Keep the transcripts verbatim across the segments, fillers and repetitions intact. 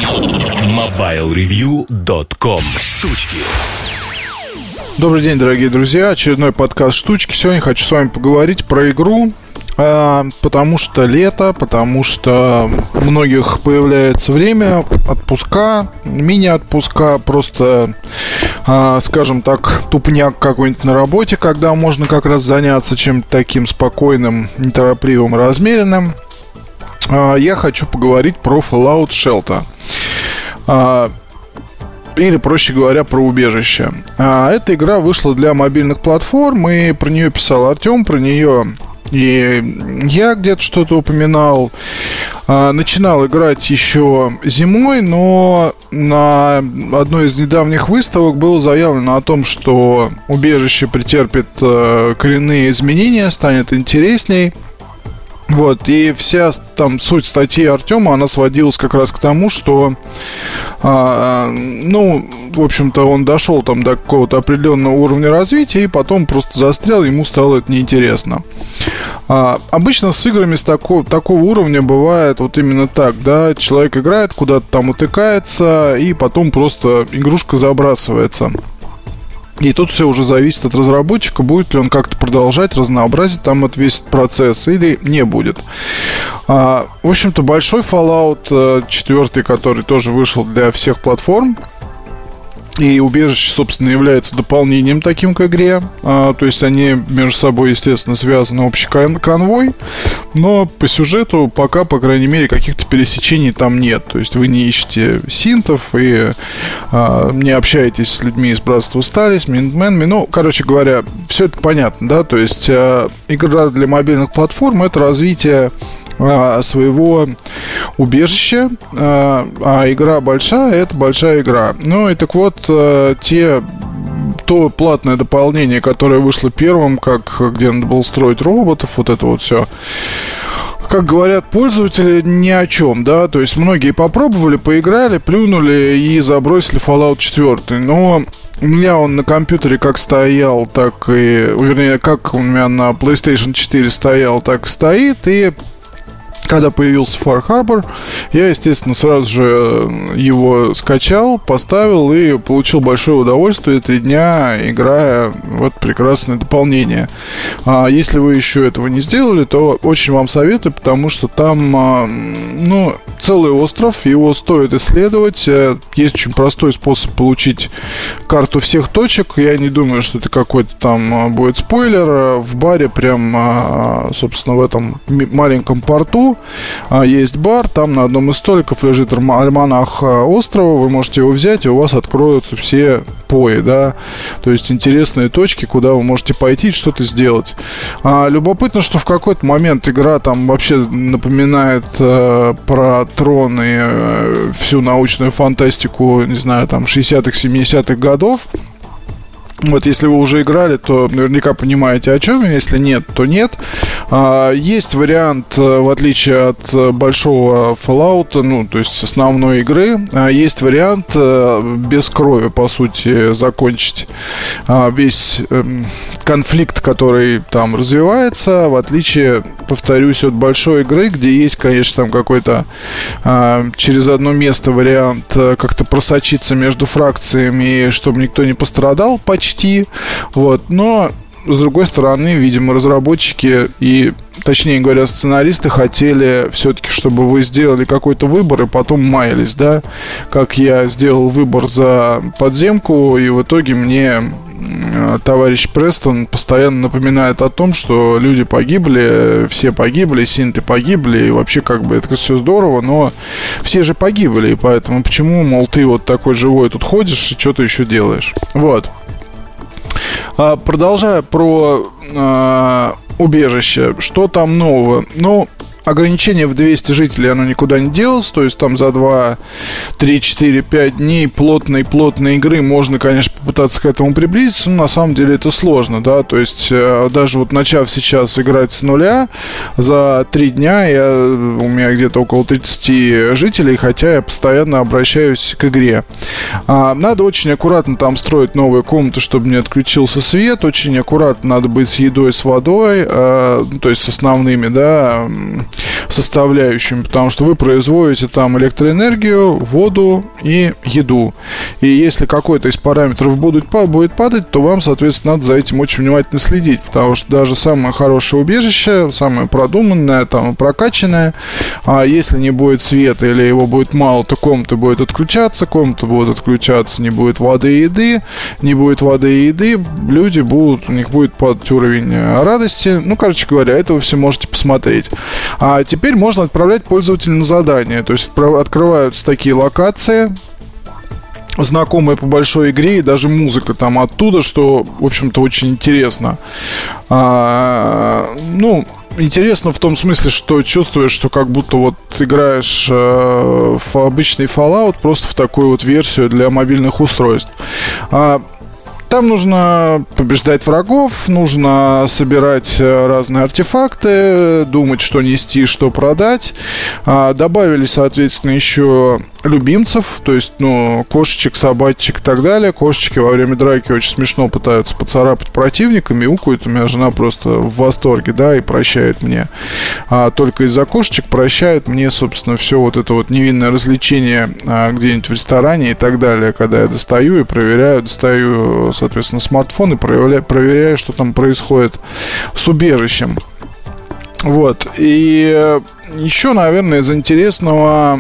мобайл ревью точка ком. Штучки. Добрый день, дорогие друзья. Очередной подкаст «Штучки». Сегодня хочу с вами поговорить про игру, потому что лето, потому что у многих появляется время отпуска, мини-отпуска, просто, скажем так, тупняк какой-нибудь на работе, когда можно как раз заняться чем-то таким спокойным, неторопливым, размеренным. Я хочу поговорить про Fallout Shelter. Или, проще говоря, про убежище. а, Эта игра вышла для мобильных платформ, и про нее писал Артем, про нее и я где-то что-то упоминал. а, Начинал играть еще зимой, но на одной из недавних выставок было заявлено о том, что убежище претерпит а, коренные изменения, станет интересней. Вот, и вся там суть статьи Артема, она сводилась как раз к тому, что, а, ну, в общем-то, он дошел там до какого-то определенного уровня развития, и потом просто застрял, ему стало это неинтересно. А, обычно с играми с такого, такого уровня бывает вот именно так, да, человек играет, куда-то там утыкается, и потом просто игрушка забрасывается. И тут все уже зависит от разработчика, будет ли он как-то продолжать разнообразить там вот весь этот процесс или не будет. а, В общем-то, большой Fallout четыре, который тоже вышел для всех платформ, и убежище, собственно, является дополнением таким к игре. а, То есть они между собой, естественно, связаны, общий кон- конвой. Но по сюжету пока, по крайней мере, каких-то пересечений там нет. То есть вы не ищете синтов и а, не общаетесь с людьми из Братства Стали, с Минтменами. Ну, короче говоря, все это понятно, да? То есть а, игра для мобильных платформ — это развитие своего убежища, а, а игра большая — это большая игра. Ну и так вот, те то платное дополнение, которое вышло первым, как где надо было строить роботов, вот это вот все, как говорят пользователи, ни о чем, да, то есть многие попробовали, поиграли, плюнули и забросили Fallout четыре. Но у меня он на компьютере как стоял, так и, вернее, как у меня на PlayStation четыре стоял, так и стоит. И когда появился Far Harbor, я, естественно, сразу же его скачал, поставил и получил большое удовольствие три дня, играя в это прекрасное дополнение. А если вы еще этого не сделали, то очень вам советую, потому что там, ну, целый остров, его стоит исследовать. Есть очень простой способ получить карту всех точек. Я не думаю, что это какой-то там будет спойлер. В баре, прям, собственно, в этом маленьком порту есть бар, там на одном из столиков лежит альманах острова, вы можете его взять, и у вас откроются все пои, да, то есть интересные точки, куда вы можете пойти и что-то сделать. а, Любопытно, что в какой-то момент игра там вообще напоминает э, про трон и э, всю научную фантастику, не знаю, там шестидесятых, семидесятых годов. Вот, если вы уже играли, то наверняка понимаете, о чем я. Если нет, то нет. а, Есть вариант, в отличие от большого Fallout, ну, то есть основной игры, а, есть вариант без крови, по сути, закончить а, весь эм, конфликт, который там развивается. В отличие, повторюсь, от большой игры, где есть, конечно, там какой-то а, через одно место вариант как-то просочиться между фракциями, чтобы никто не пострадал, почти. Вот. Но, с другой стороны, видимо, разработчики и, точнее говоря, сценаристы хотели все-таки, чтобы вы сделали какой-то выбор и потом маялись, да? Как я сделал выбор за подземку, и в итоге мне товарищ Престон постоянно напоминает о том, что люди погибли, все погибли, синты погибли, и вообще как бы это все здорово, но все же погибли, и поэтому почему, мол, ты вот такой живой тут ходишь и что-то еще делаешь? Вот. Продолжая про э, убежище, что там нового? Ну, ограничение в двести жителей, оно никуда не делось. То есть там за два, три, четыре, пять дней плотной-плотной игры можно, конечно, попытаться к этому приблизиться, но на самом деле это сложно, да. То есть даже вот начав сейчас играть с нуля, за три дня я, у меня где-то около тридцати жителей, хотя я постоянно обращаюсь к игре. а, Надо очень аккуратно там строить новые комнаты, чтобы не отключился свет. Очень аккуратно надо быть с едой, с водой, а, то есть с основными, да. составляющими, потому что вы производите там электроэнергию, воду и еду. И если какой-то из параметров будет, будет падать, то вам, соответственно, надо за этим очень внимательно следить, потому что даже самое хорошее убежище, самое продуманное, там, прокачанное, а если не будет света или его будет мало, то комната будет отключаться, комната будет отключаться, не будет воды и еды, не будет воды и еды, люди будут, у них будет падать уровень радости. Ну, короче говоря, это вы все можете посмотреть. А теперь можно отправлять пользователя на задание. То есть открываются такие локации, знакомые по большой игре, и даже музыка там оттуда, что, в общем-то, очень интересно. А, ну, интересно в том смысле, что чувствуешь, что как будто вот играешь э, в обычный Fallout, просто в такую вот версию для мобильных устройств. А, Там нужно побеждать врагов, нужно собирать разные артефакты, думать, что нести, что продать. Добавили, соответственно, еще любимцев, то есть, ну, кошечек, собачек и так далее. Кошечки во время драки очень смешно пытаются поцарапать противника, мяукают. У меня жена просто в восторге, да, и прощает мне. А только из-за кошечек прощает мне, собственно, все вот это вот невинное развлечение а, где-нибудь в ресторане и так далее, когда я достаю и проверяю, достаю, соответственно, смартфон и проверяю, проверяю, что там происходит с убежищем. Вот. И еще, наверное, из интересного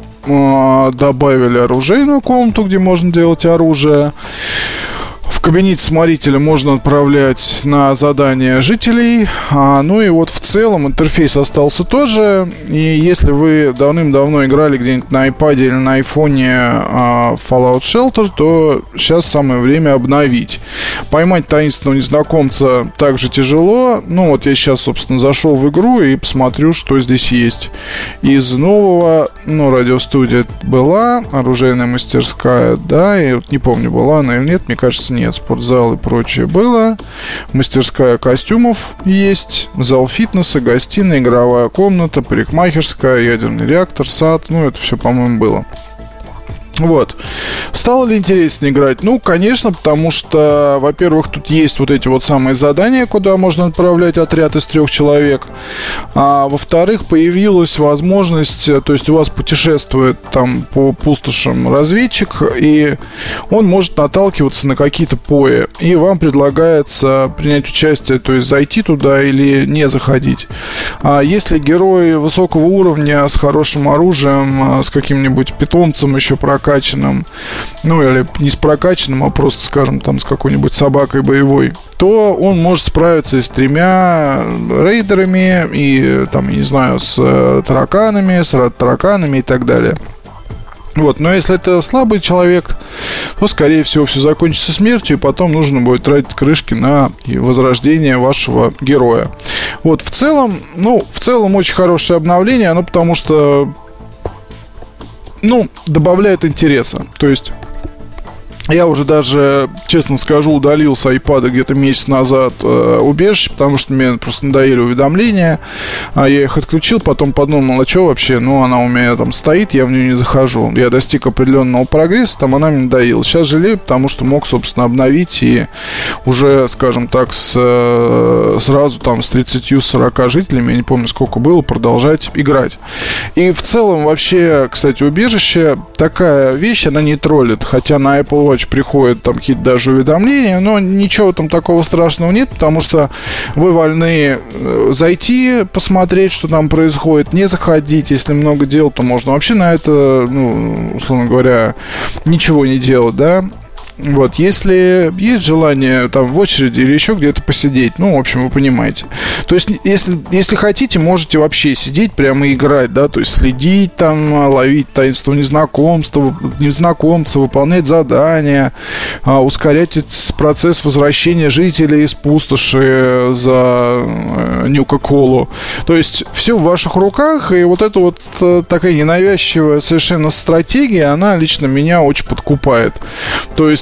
добавили оружейную комнату, где можно делать оружие. В кабинете смотрителя можно отправлять на задания жителей. а, Ну и вот в целом интерфейс остался тот же. И если вы давным-давно играли где-нибудь на iPad или на iPhone а, Fallout Shelter, то сейчас самое время обновить. Поймать таинственного незнакомца также тяжело. Ну вот я сейчас, собственно, зашел в игру и посмотрю, что здесь есть. Из нового, ну, радиостудия была, оружейная мастерская, да, и вот не помню, была она или нет, мне кажется, нет. Спортзал и прочее было. Мастерская костюмов есть. Зал фитнеса, гостиная, игровая комната, парикмахерская, ядерный реактор, сад. Ну, это все, по-моему, было. Вот. Стало ли интереснее играть? Ну, конечно, потому что, во-первых, тут есть вот эти вот самые задания, куда можно отправлять отряд из трех человек. А во-вторых, появилась возможность, то есть у вас путешествует там по пустошам разведчик, и он может наталкиваться на какие-то пои, и вам предлагается принять участие, то есть зайти туда или не заходить. А если герой высокого уровня с хорошим оружием, с каким-нибудь питомцем еще прокачанным, прокачанным, ну или не с прокачанным, а просто, скажем, там с какой-нибудь собакой боевой, то он может справиться и с тремя рейдерами, и там, я не знаю, с тараканами, с тараканами и так далее. Вот, но если это слабый человек, то, скорее всего, все закончится смертью, и потом нужно будет тратить крышки на возрождение вашего героя. Вот, в целом, ну, в целом очень хорошее обновление, оно потому что, ну, добавляет интереса. То есть я уже даже, честно скажу, удалил с iPad где-то месяц назад э, убежище, потому что мне просто надоели уведомления. А я их отключил, потом подумал, а что вообще? Ну, она у меня там стоит, я в нее не захожу. Я достиг определенного прогресса, там она мне надоела. Сейчас жалею, потому что мог, собственно, обновить и уже, скажем так, с, э, сразу там с тридцатью-сорока жителями, я не помню, сколько было, продолжать играть. И в целом вообще, кстати, убежище такая вещь, она не троллит, хотя на Apple приходят там какие-то даже уведомления, но ничего там такого страшного нет, потому что вы вольны зайти, посмотреть, что там происходит, не заходить. Если много дел, то можно вообще на это, ну, условно говоря, ничего не делать, да. Вот, если есть желание там в очереди или еще где-то посидеть, ну, в общем, вы понимаете. То есть, если, если хотите, можете вообще сидеть прямо и играть, да, то есть следить там, ловить таинство незнакомства, незнакомца, выполнять задания, а, ускорять процесс возвращения жителей из пустоши за э, Нюка-Колу. То есть, все в ваших руках, и вот эта вот э, такая ненавязчивая совершенно стратегия, она лично меня очень подкупает. То есть,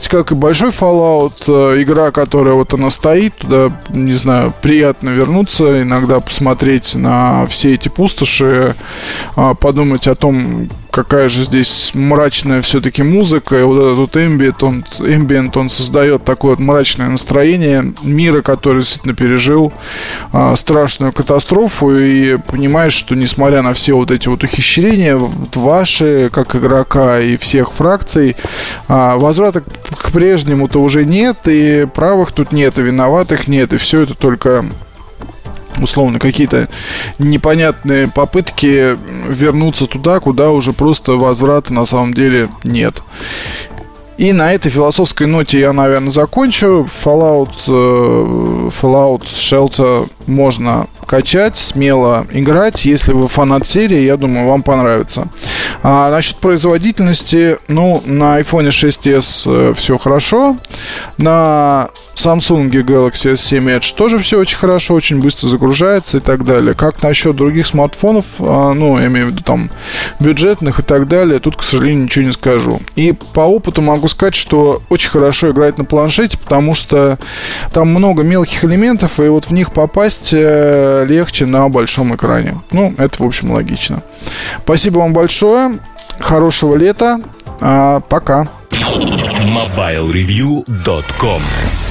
частности, как и большой Fallout, игра, которая вот она стоит, туда, не знаю, приятно вернуться, иногда посмотреть на все эти пустоши, подумать о том, какая же здесь мрачная все-таки музыка, и вот этот вот ambient, он, ambient, он создает такое вот мрачное настроение мира, который действительно пережил а, страшную катастрофу, и понимаешь, что несмотря на все вот эти вот ухищрения, вот ваши, как игрока и всех фракций, а, возврата к прежнему-то уже нет, и правых тут нет, и виноватых нет, и все это только... условно, какие-то непонятные попытки вернуться туда, куда уже просто возврата на самом деле нет. И на этой философской ноте я, наверное, закончу. Fallout, Fallout Shelter можно качать, смело играть. Если вы фанат серии, я думаю, вам понравится. А насчет производительности, ну, на iPhone шесть эс все хорошо. На Samsung Galaxy эс семь Edge тоже все очень хорошо, очень быстро загружается и так далее. Как насчет других смартфонов, ну, я имею в виду там бюджетных и так далее, тут, к сожалению, ничего не скажу. И по опыту могу сказать, что очень хорошо играть на планшете, потому что там много мелких элементов, и вот в них попасть легче на большом экране. Ну, это, в общем, логично. Спасибо вам большое. Хорошего лета. Пока. мобайл ревью точка ком